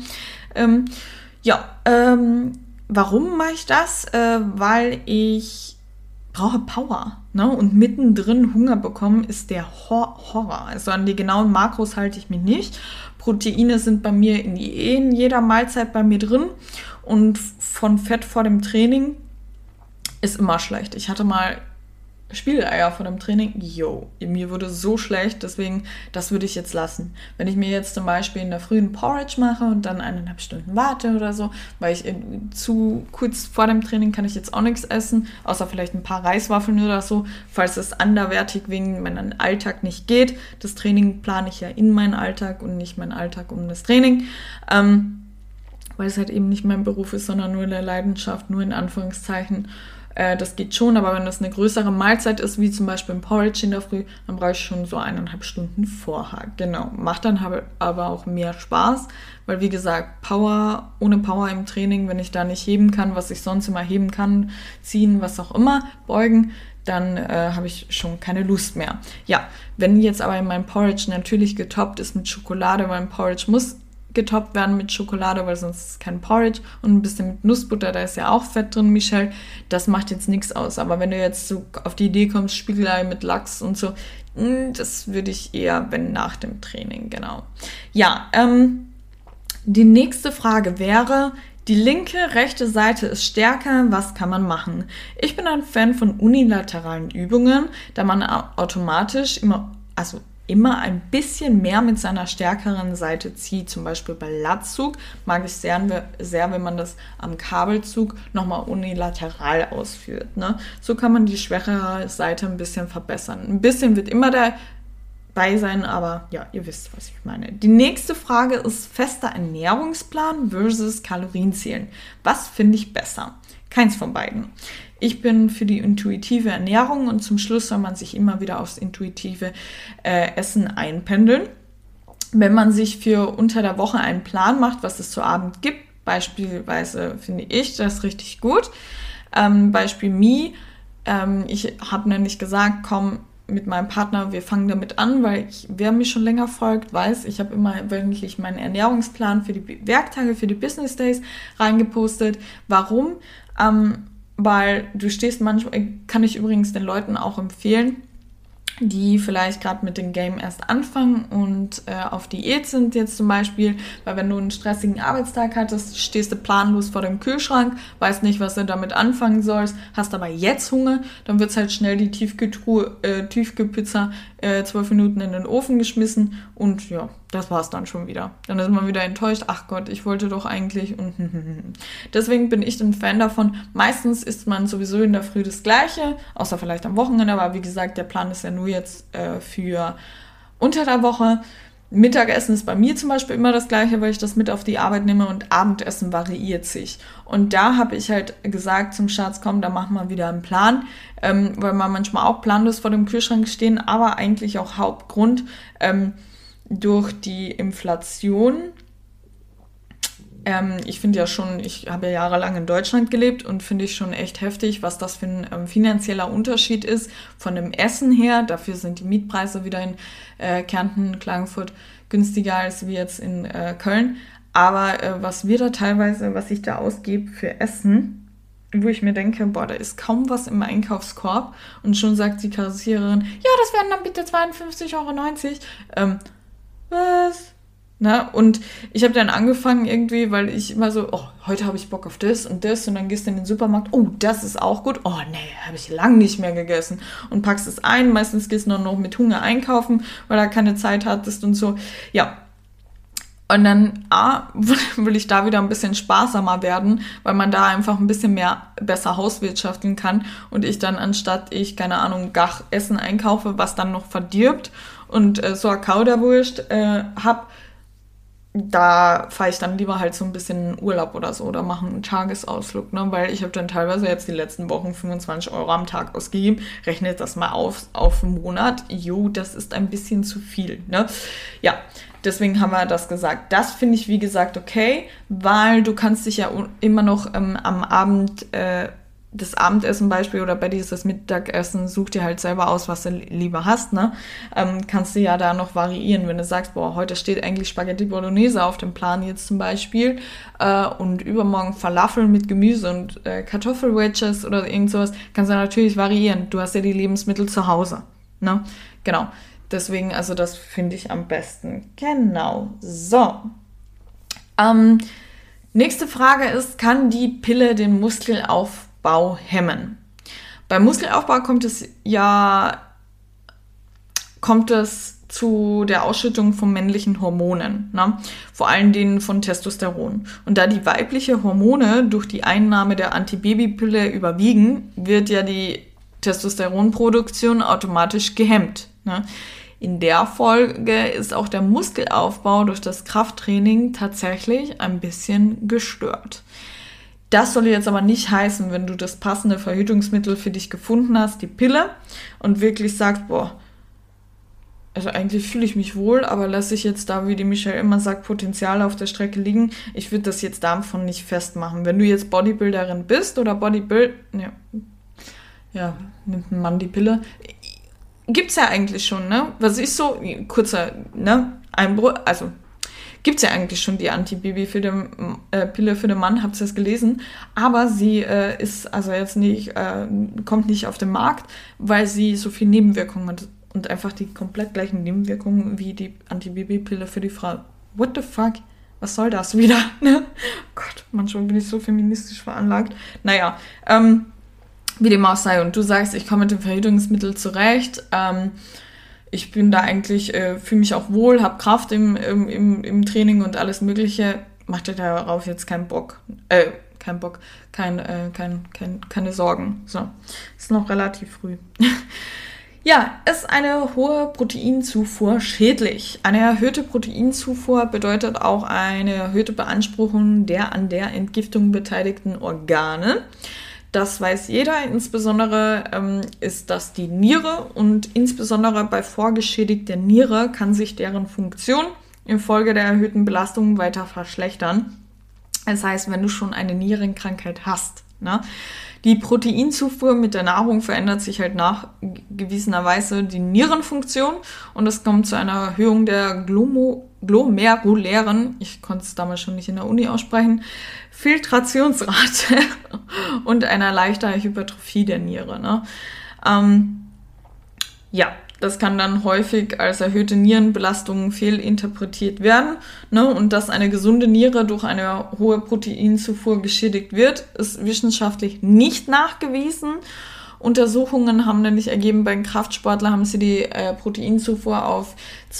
Warum mache ich das? Weil ich brauche Power. Und mittendrin Hunger bekommen ist der Horror. Also an die genauen Makros halte ich mich nicht. Proteine sind bei mir in jeder Mahlzeit bei mir drin. Und von Fett vor dem Training ist immer schlecht. Ich hatte mal Spiegeleier vor dem Training. Mir wurde so schlecht, deswegen, das würde ich jetzt lassen. Wenn ich mir jetzt zum Beispiel in der Früh einen Porridge mache und dann 1,5 Stunden warte oder so, weil ich zu kurz vor dem Training kann ich jetzt auch nichts essen, außer vielleicht ein paar Reiswaffeln oder so, falls es anderweitig wegen meinem Alltag nicht geht. Das Training plane ich ja in meinen Alltag und nicht meinen Alltag um das Training. Weil es halt eben nicht mein Beruf ist, sondern nur eine Leidenschaft, nur in Anführungszeichen. Das geht schon, aber wenn das eine größere Mahlzeit ist, wie zum Beispiel ein Porridge in der Früh, dann brauche ich schon so 1,5 Stunden vorher. Genau, macht dann aber auch mehr Spaß, weil wie gesagt, ohne Power im Training, wenn ich da nicht heben kann, was ich sonst immer heben kann, ziehen, was auch immer, beugen, dann habe ich schon keine Lust mehr. Ja, wenn jetzt aber in meinem Porridge natürlich getoppt ist mit Schokolade, weil ein Porridge muss getoppt werden mit Schokolade, weil sonst ist es kein Porridge, und ein bisschen mit Nussbutter, da ist ja auch Fett drin, Michelle, das macht jetzt nichts aus. Aber wenn du jetzt so auf die Idee kommst, Spiegelei mit Lachs und so, das würde ich eher, wenn nach dem Training, genau. Ja, die nächste Frage wäre, die rechte Seite ist stärker, was kann man machen? Ich bin ein Fan von unilateralen Übungen, da man automatisch immer ein bisschen mehr mit seiner stärkeren Seite zieht. Zum Beispiel bei Latzug mag ich sehr, wenn man das am Kabelzug nochmal unilateral ausführt. So kann man die schwächere Seite ein bisschen verbessern. Ein bisschen wird immer dabei sein, aber ja, ihr wisst, was ich meine. Die nächste Frage ist fester Ernährungsplan versus Kalorienzählen. Was finde ich besser? Keins von beiden. Ich bin für die intuitive Ernährung und zum Schluss soll man sich immer wieder aufs intuitive Essen einpendeln. Wenn man sich für unter der Woche einen Plan macht, was es zu Abend gibt, Beispielsweise finde ich das richtig gut. Beispiel Me. Ich habe nämlich gesagt, komm, mit meinem Partner, wir fangen damit an, weil wer mich schon länger folgt, weiß, ich habe immer wöchentlich meinen Ernährungsplan für die Werktage, für die Business Days reingepostet. Warum? Weil du stehst manchmal, kann ich übrigens den Leuten auch empfehlen, die vielleicht gerade mit dem Game erst anfangen und auf Diät sind jetzt zum Beispiel, weil wenn du einen stressigen Arbeitstag hattest, stehst du planlos vor dem Kühlschrank, weißt nicht, was du damit anfangen sollst, hast aber jetzt Hunger, dann wird halt schnell die Tiefkühlpizza 12 Minuten in den Ofen geschmissen und ja, das war's dann schon wieder. Dann ist man wieder enttäuscht, ach Gott, ich wollte doch eigentlich und deswegen bin ich ein Fan davon, meistens isst man sowieso in der Früh das Gleiche, außer vielleicht am Wochenende, aber wie gesagt, der Plan ist ja nur jetzt für unter der Woche. Mittagessen ist bei mir zum Beispiel immer das Gleiche, weil ich das mit auf die Arbeit nehme und Abendessen variiert sich. Und da habe ich halt gesagt zum Schatz, komm, da machen wir wieder einen Plan, weil man manchmal auch planlos vor dem Kühlschrank stehen, aber eigentlich auch Hauptgrund durch die Inflation. Ich finde ja schon, ich habe ja jahrelang in Deutschland gelebt und finde ich schon echt heftig, was das für ein finanzieller Unterschied ist von dem Essen her. Dafür sind die Mietpreise wieder in Kärnten, Klagenfurt günstiger als wie jetzt in Köln. Aber was ich da ausgebe für Essen, wo ich mir denke, boah, da ist kaum was im Einkaufskorb und schon sagt die Kassiererin, ja, das wären dann bitte 52,90 €. Was? Na, und ich habe dann angefangen irgendwie, weil ich immer so, oh, heute habe ich Bock auf das und dann gehst du in den Supermarkt, oh, das ist auch gut, oh, nee, habe ich lang nicht mehr gegessen und packst es ein, meistens gehst du noch mit Hunger einkaufen, weil du keine Zeit hattest und so, ja. Und dann, will ich da wieder ein bisschen sparsamer werden, weil man da einfach ein bisschen besser hauswirtschaften kann und ich dann, anstatt ich, keine Ahnung, Gach Essen einkaufe, was dann noch verdirbt und so eine Kauderwurst hab, da fahre ich dann lieber halt so ein bisschen in Urlaub oder so oder mache einen Tagesausflug, ne? Weil ich habe dann teilweise jetzt die letzten Wochen 25 € am Tag ausgegeben. Rechnet das mal auf einen Monat. Jo, das ist ein bisschen zu viel, ne? Ja, deswegen haben wir das gesagt. Das finde ich, wie gesagt, okay, weil du kannst dich ja immer noch am Abend das Abendessen Beispiel oder bei dir ist das Mittagessen, such dir halt selber aus, was du lieber hast, ne? Kannst du ja da noch variieren, wenn du sagst, boah, heute steht eigentlich Spaghetti Bolognese auf dem Plan jetzt zum Beispiel und übermorgen Falafel mit Gemüse und Kartoffelwedges oder irgend sowas, kannst du natürlich variieren. Du hast ja die Lebensmittel zu Hause, ne? Genau. Deswegen, also das finde ich am besten. Genau. So. Nächste Frage ist, kann die Pille den Muskelaufbau hemmen? Beim Muskelaufbau kommt es zu der Ausschüttung von männlichen Hormonen, ne? Vor allen Dingen von Testosteron. Und da die weiblichen Hormone durch die Einnahme der Antibabypille überwiegen, wird ja die Testosteronproduktion automatisch gehemmt, ne? In der Folge ist auch der Muskelaufbau durch das Krafttraining tatsächlich ein bisschen gestört. Das soll jetzt aber nicht heißen, wenn du das passende Verhütungsmittel für dich gefunden hast, die Pille, und wirklich sagst, boah, also eigentlich fühle ich mich wohl, aber lasse ich jetzt da, wie die Michelle immer sagt, Potenzial auf der Strecke liegen. Ich würde das jetzt davon nicht festmachen. Wenn du jetzt Bodybuilderin bist oder nimmt ein Mann die Pille. Gibt's ja eigentlich schon, ne? Was ist so, kurzer, ne, Einbruch, also gibt's ja eigentlich schon die Antibaby-Pille für den Mann, habt ihr das gelesen? Aber sie ist also jetzt nicht, kommt nicht auf den Markt, weil sie so viel Nebenwirkungen hat und einfach die komplett gleichen Nebenwirkungen wie die Antibaby-Pille für die Frau. What the fuck? Was soll das wieder? Ne? Gott, manchmal bin ich so feministisch veranlagt. Naja, wie dem auch sei. Und du sagst, ich komme mit dem Verhütungsmittel zurecht. Ich bin da eigentlich, fühle mich auch wohl, habe Kraft im Training und alles Mögliche. Mach dir darauf jetzt keinen Bock. Keine Sorgen. So, ist noch relativ früh. Ja, ist eine hohe Proteinzufuhr schädlich? Eine erhöhte Proteinzufuhr bedeutet auch eine erhöhte Beanspruchung der an der Entgiftung beteiligten Organe. Das weiß jeder, insbesondere ist das die Niere und insbesondere bei vorgeschädigter Niere kann sich deren Funktion infolge der erhöhten Belastung weiter verschlechtern. Das heißt, wenn du schon eine Nierenkrankheit hast, ne? Die Proteinzufuhr mit der Nahrung verändert sich halt nach gewisserweise die Nierenfunktion und es kommt zu einer Erhöhung der glomerulären, ich konnte es damals schon nicht in der Uni aussprechen, Filtrationsrate und einer leichten Hypertrophie der Niere. Ne? Das kann dann häufig als erhöhte Nierenbelastung fehlinterpretiert werden. Ne? Und dass eine gesunde Niere durch eine hohe Proteinzufuhr geschädigt wird, ist wissenschaftlich nicht nachgewiesen. Untersuchungen haben nämlich ergeben, bei Kraftsportlern haben sie die Proteinzufuhr auf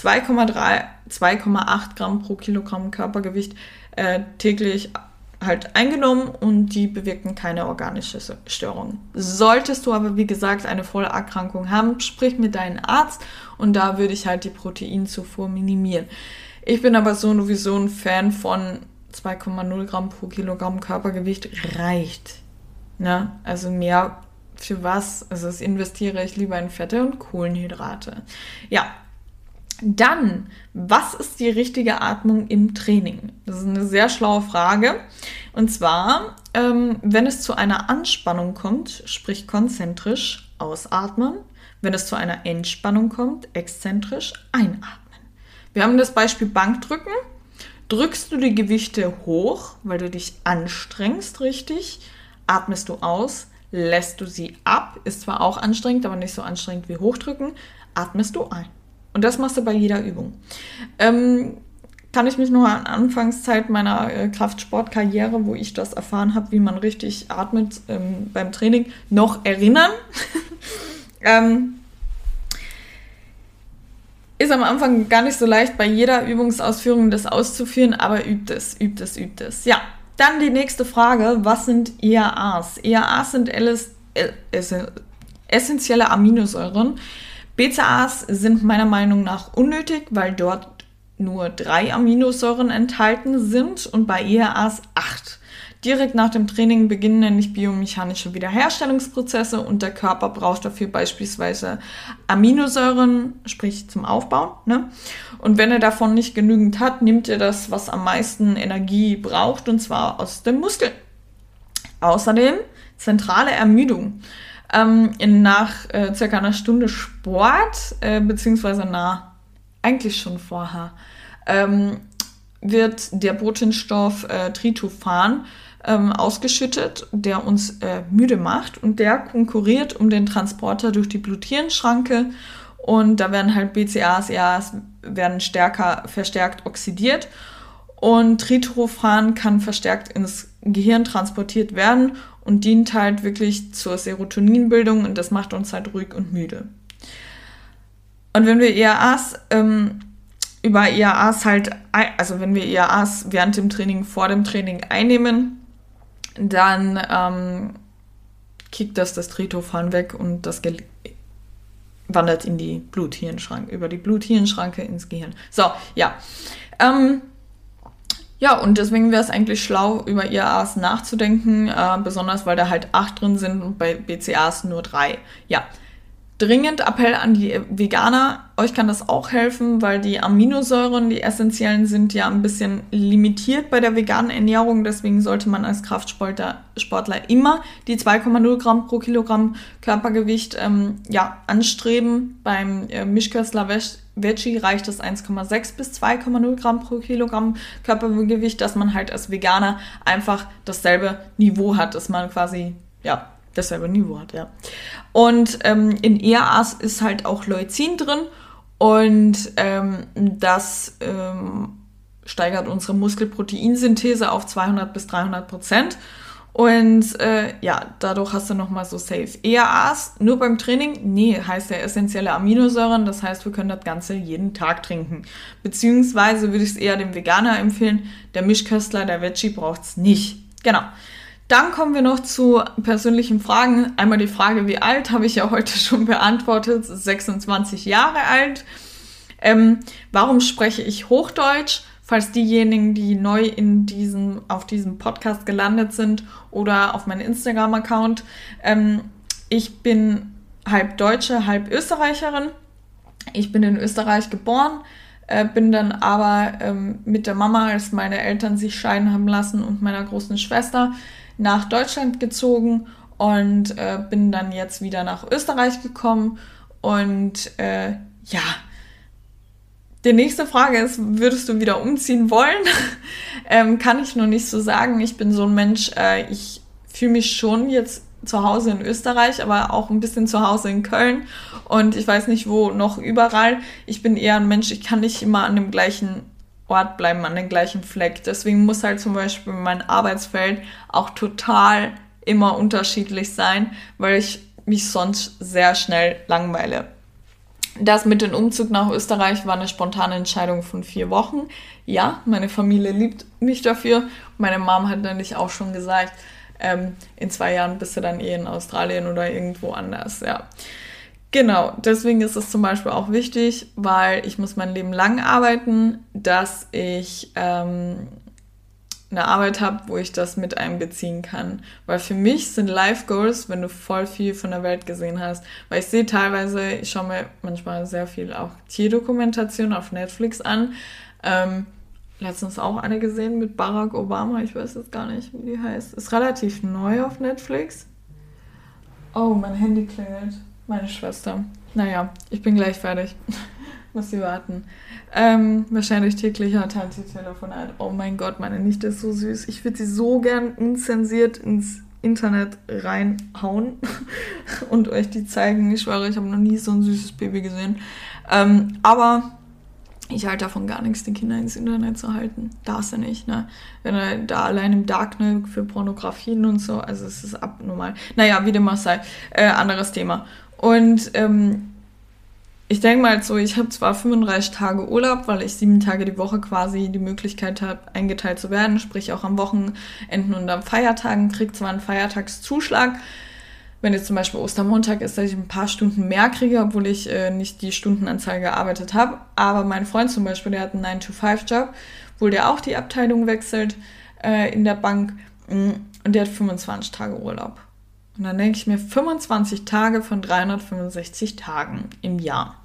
2,8 Gramm pro Kilogramm Körpergewicht täglich halt eingenommen und die bewirken keine organische Störung. Solltest du aber, wie gesagt, eine Vollerkrankung haben, sprich mit deinem Arzt und da würde ich halt die Proteinzufuhr minimieren. Ich bin aber sowieso ein Fan von 2,0 Gramm pro Kilogramm Körpergewicht reicht. Ne? Also mehr für was? Also das investiere ich lieber in Fette und Kohlenhydrate. Ja. Dann, was ist die richtige Atmung im Training? Das ist eine sehr schlaue Frage. Und zwar, wenn es zu einer Anspannung kommt, sprich konzentrisch ausatmen. Wenn es zu einer Entspannung kommt, exzentrisch einatmen. Wir haben das Beispiel Bankdrücken. Drückst du die Gewichte hoch, weil du dich anstrengst, richtig? Atmest du aus, lässt du sie ab. Ist zwar auch anstrengend, aber nicht so anstrengend wie hochdrücken. Atmest du ein. Und das machst du bei jeder Übung. Kann ich mich noch an Anfangszeit meiner Kraftsportkarriere, wo ich das erfahren habe, wie man richtig atmet beim Training, noch erinnern. Ist am Anfang gar nicht so leicht, bei jeder Übungsausführung das auszuführen, aber übt es. Ja, dann die nächste Frage. Was sind EAAs? EAAs sind essentielle Aminosäuren. BCAAs sind meiner Meinung nach unnötig, weil dort nur 3 Aminosäuren enthalten sind und bei EAAs 8. Direkt nach dem Training beginnen nämlich biomechanische Wiederherstellungsprozesse und der Körper braucht dafür beispielsweise Aminosäuren, sprich zum Aufbauen. Ne? Und wenn er davon nicht genügend hat, nimmt er das, was am meisten Energie braucht, und zwar aus dem Muskel. Außerdem zentrale Ermüdung. Nach circa einer Stunde Sport, beziehungsweise eigentlich schon vorher, wird der Botenstoff Tryptophan ausgeschüttet, der uns müde macht und der konkurriert um den Transporter durch die Blut-Hirn-Schranke und da werden halt BCAAs, EAAs werden verstärkt oxidiert und Tryptophan kann verstärkt ins Gehirn transportiert werden und dient halt wirklich zur Serotoninbildung und das macht uns halt ruhig und müde. Und wenn wir EAAs wenn wir EAAs während dem Training, vor dem Training einnehmen, dann kickt das Tryptophan weg und das wandert in die Blut-Hirn-Schranke, über die Blut-Hirn-Schranke ins Gehirn. So, ja. Und deswegen wäre es eigentlich schlau, über EAAs nachzudenken, besonders weil da halt 8 drin sind und bei BCAAs nur 3. Ja, dringend Appell an die Veganer, euch kann das auch helfen, weil die Aminosäuren, die essentiellen, sind ja ein bisschen limitiert bei der veganen Ernährung, deswegen sollte man als Kraftsportler immer die 2,0 Gramm pro Kilogramm Körpergewicht anstreben. Beim Mischköstler Veggie reicht es 1,6 bis 2,0 Gramm pro Kilogramm Körpergewicht, dass man halt als Veganer einfach dasselbe Niveau hat, dass man quasi, dasselbe Niveau hat, ja. Und in EAAs ist halt auch Leucin drin und das steigert unsere Muskelproteinsynthese auf 200 bis 300%. Und dadurch hast du nochmal so safe. EAAs nur beim Training? Nee, heißt ja essentielle Aminosäuren. Das heißt, wir können das Ganze jeden Tag trinken. Beziehungsweise würde ich es eher dem Veganer empfehlen. Der Mischköstler, der Veggie braucht es nicht. Genau. Dann kommen wir noch zu persönlichen Fragen. Einmal die Frage, wie alt, habe ich ja heute schon beantwortet. 26 Jahre alt. Warum spreche ich Hochdeutsch? Falls diejenigen, die neu auf diesem Podcast gelandet sind oder auf meinem Instagram-Account, ich bin halb Deutsche, halb Österreicherin. Ich bin in Österreich geboren, bin dann aber mit der Mama, als meine Eltern sich scheiden haben lassen und meiner großen Schwester, nach Deutschland gezogen und bin dann jetzt wieder nach Österreich gekommen. Und ja, die nächste Frage ist, würdest du wieder umziehen wollen? Kann ich noch nicht so sagen. Ich bin so ein Mensch, ich fühle mich schon jetzt zu Hause in Österreich, aber auch ein bisschen zu Hause in Köln und ich weiß nicht wo noch überall. Ich bin eher ein Mensch, ich kann nicht immer an dem gleichen Ort bleiben, an dem gleichen Fleck. Deswegen muss halt zum Beispiel mein Arbeitsfeld auch total immer unterschiedlich sein, weil ich mich sonst sehr schnell langweile. Das mit dem Umzug nach Österreich war eine spontane Entscheidung von 4 Wochen. Ja, meine Familie liebt mich dafür. Meine Mom hat nämlich auch schon gesagt, in 2 Jahren bist du dann in Australien oder irgendwo anders, ja. Genau, deswegen ist es zum Beispiel auch wichtig, weil ich muss mein Leben lang arbeiten, dass ich eine Arbeit habe, wo ich das mit einbeziehen kann. Weil für mich sind Life Goals, wenn du voll viel von der Welt gesehen hast. Weil ich sehe teilweise, ich schaue mir manchmal sehr viel auch Tierdokumentation auf Netflix an. Letztens auch eine gesehen mit Barack Obama, ich weiß jetzt gar nicht, wie die heißt. Ist relativ neu auf Netflix. Oh, mein Handy klingelt. Meine Schwester. Naja, ich bin gleich fertig. Muss sie warten. Wahrscheinlich täglicher Tante-Telefonat. Oh mein Gott, meine Nichte ist so süß. Ich würde sie so gern unzensiert ins Internet reinhauen und euch die zeigen. Ich schwöre, ich habe noch nie so ein süßes Baby gesehen. Aber ich halte davon gar nichts, die Kinder ins Internet zu halten. Darfst du nicht, ne? Wenn er da allein im Darknet für Pornografien und so, also es ist abnormal. Naja, wie dem auch sei, anderes Thema. Und ich denke mal so, ich habe zwar 35 Tage Urlaub, weil ich 7 Tage die Woche quasi die Möglichkeit habe, eingeteilt zu werden, sprich auch am Wochenenden und am Feiertagen, kriege zwar einen Feiertagszuschlag, wenn jetzt zum Beispiel Ostermontag ist, dass ich ein paar Stunden mehr kriege, obwohl ich nicht die Stundenanzahl gearbeitet habe. Aber mein Freund zum Beispiel, der hat einen 9-to-5-Job, obwohl der auch die Abteilung wechselt in der Bank und der hat 25 Tage Urlaub. Und dann denke ich mir, 25 Tage von 365 Tagen im Jahr.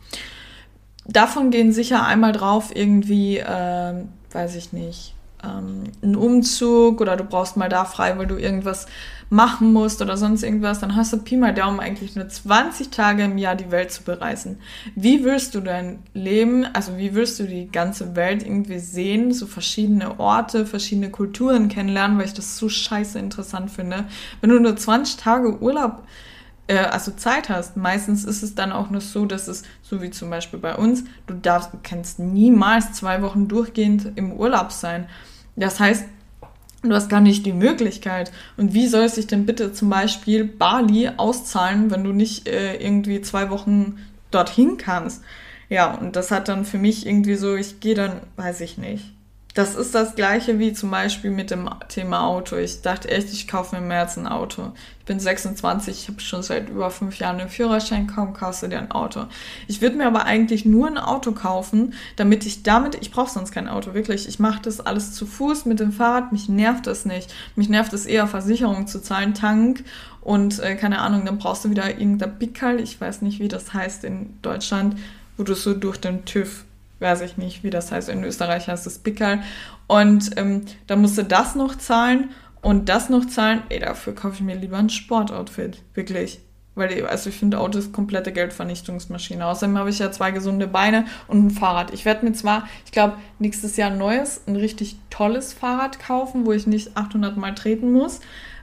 Davon gehen sicher einmal drauf irgendwie, weiß ich nicht, ein Umzug oder du brauchst mal da frei, weil du irgendwas machen musst oder sonst irgendwas, dann hast du Pi mal Daumen eigentlich nur 20 Tage im Jahr die Welt zu bereisen. Wie willst du dein Leben, also wie willst du die ganze Welt irgendwie sehen, so verschiedene Orte, verschiedene Kulturen kennenlernen, weil ich das so scheiße interessant finde. Wenn du nur 20 Tage Urlaub, also Zeit hast, meistens ist es dann auch nur so, dass es, so wie zum Beispiel bei uns, du kannst niemals 2 Wochen durchgehend im Urlaub sein. Das heißt, du hast gar nicht die Möglichkeit. Und wie soll es sich denn bitte zum Beispiel Bali auszahlen, wenn du nicht irgendwie 2 Wochen dorthin kannst? Ja, und das hat dann für mich irgendwie so, ich gehe dann, weiß ich nicht. Das ist das Gleiche wie zum Beispiel mit dem Thema Auto. Ich dachte echt, ich kaufe mir im März ein Auto. Ich bin 26, ich habe schon seit über 5 Jahren einen Führerschein, kaum kaufst du dir ein Auto. Ich würde mir aber eigentlich nur ein Auto kaufen, damit ich brauche sonst kein Auto, wirklich. Ich mache das alles zu Fuß mit dem Fahrrad, mich nervt das nicht. Mich nervt es eher, Versicherung zu zahlen, Tank und keine Ahnung, dann brauchst du wieder irgendein Pickerl, ich weiß nicht, wie das heißt in Deutschland, wo du so durch den TÜV, weiß ich nicht, wie das heißt, in Österreich heißt es Pickerl. Und dann musst du das noch zahlen und das noch zahlen. Ey, dafür kaufe ich mir lieber ein Sportoutfit, wirklich. Weil, also ich finde, Auto ist komplette Geldvernichtungsmaschine. Außerdem habe ich ja 2 gesunde Beine und ein Fahrrad. Ich werde mir zwar, ich glaube, nächstes Jahr ein neues, ein richtig tolles Fahrrad kaufen, wo ich nicht 800 Mal treten muss,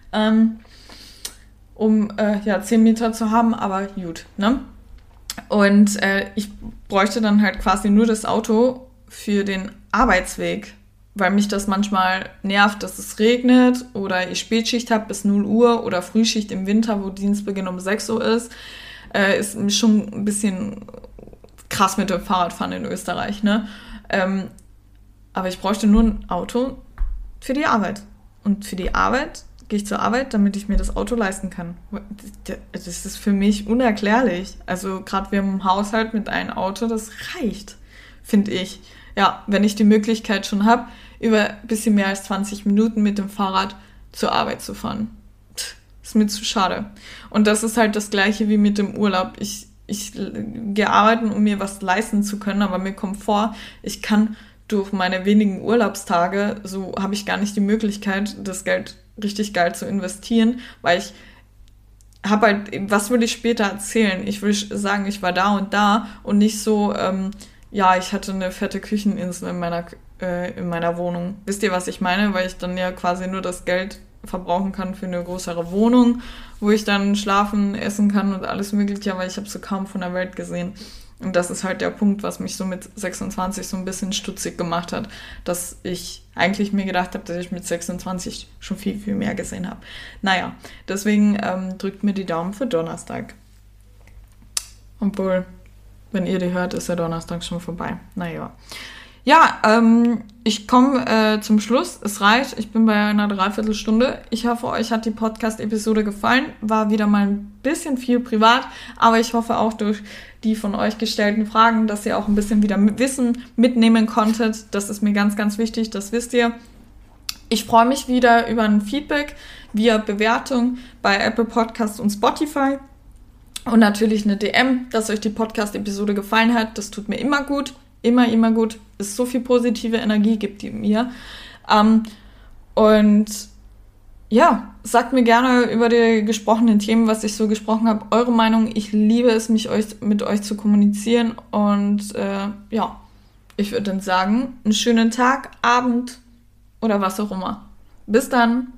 um 10 Meter zu haben, aber gut, ne? Und ich bräuchte dann halt quasi nur das Auto für den Arbeitsweg, weil mich das manchmal nervt, dass es regnet oder ich Spätschicht habe bis 0 Uhr oder Frühschicht im Winter, wo Dienstbeginn um 6 Uhr ist. Ist schon ein bisschen krass mit dem Fahrradfahren in Österreich, ne? Aber ich bräuchte nur ein Auto für die Arbeit. Und für die Arbeit gehe ich zur Arbeit, damit ich mir das Auto leisten kann. Das ist für mich unerklärlich. Also gerade wir im Haushalt mit einem Auto, das reicht, finde ich. Ja, wenn ich die Möglichkeit schon habe, über ein bisschen mehr als 20 Minuten mit dem Fahrrad zur Arbeit zu fahren. Ist mir zu schade. Und das ist halt das Gleiche wie mit dem Urlaub. Ich ich gehe arbeiten, um mir was leisten zu können, aber mir kommt vor, ich kann durch meine wenigen Urlaubstage, so habe ich gar nicht die Möglichkeit, das Geld richtig geil zu investieren, weil ich habe halt, was würde ich später erzählen? Ich würde sagen, ich war da und nicht so, ja, ich hatte eine fette Kücheninsel in meiner Wohnung. Wisst ihr, was ich meine? Weil ich dann ja quasi nur das Geld verbrauchen kann für eine größere Wohnung, wo ich dann schlafen, essen kann und alles Mögliche, weil ich habe so kaum von der Welt gesehen. Und das ist halt der Punkt, was mich so mit 26 so ein bisschen stutzig gemacht hat, dass ich eigentlich mir gedacht habe, dass ich mit 26 schon viel, viel mehr gesehen habe. Naja, deswegen drückt mir die Daumen für Donnerstag. Obwohl, wenn ihr die hört, ist der Donnerstag schon vorbei. Naja. Ja, ich komme zum Schluss. Es reicht. Ich bin bei einer Dreiviertelstunde. Ich hoffe, euch hat die Podcast-Episode gefallen. War wieder mal ein bisschen viel privat, aber ich hoffe auch durch die von euch gestellten Fragen, dass ihr auch ein bisschen wieder Wissen mitnehmen konntet. Das ist mir ganz, ganz wichtig. Das wisst ihr. Ich freue mich wieder über ein Feedback via Bewertung bei Apple Podcasts und Spotify. Und natürlich eine DM, dass euch die Podcast-Episode gefallen hat. Das tut mir immer gut. Immer gut. Es so viel positive Energie gibt die mir. Und ja, sagt mir gerne über die gesprochenen Themen, was ich so gesprochen habe, eure Meinung. Ich liebe es, mit euch zu kommunizieren. Und ja, ich würde dann sagen, einen schönen Tag, Abend oder was auch immer. Bis dann.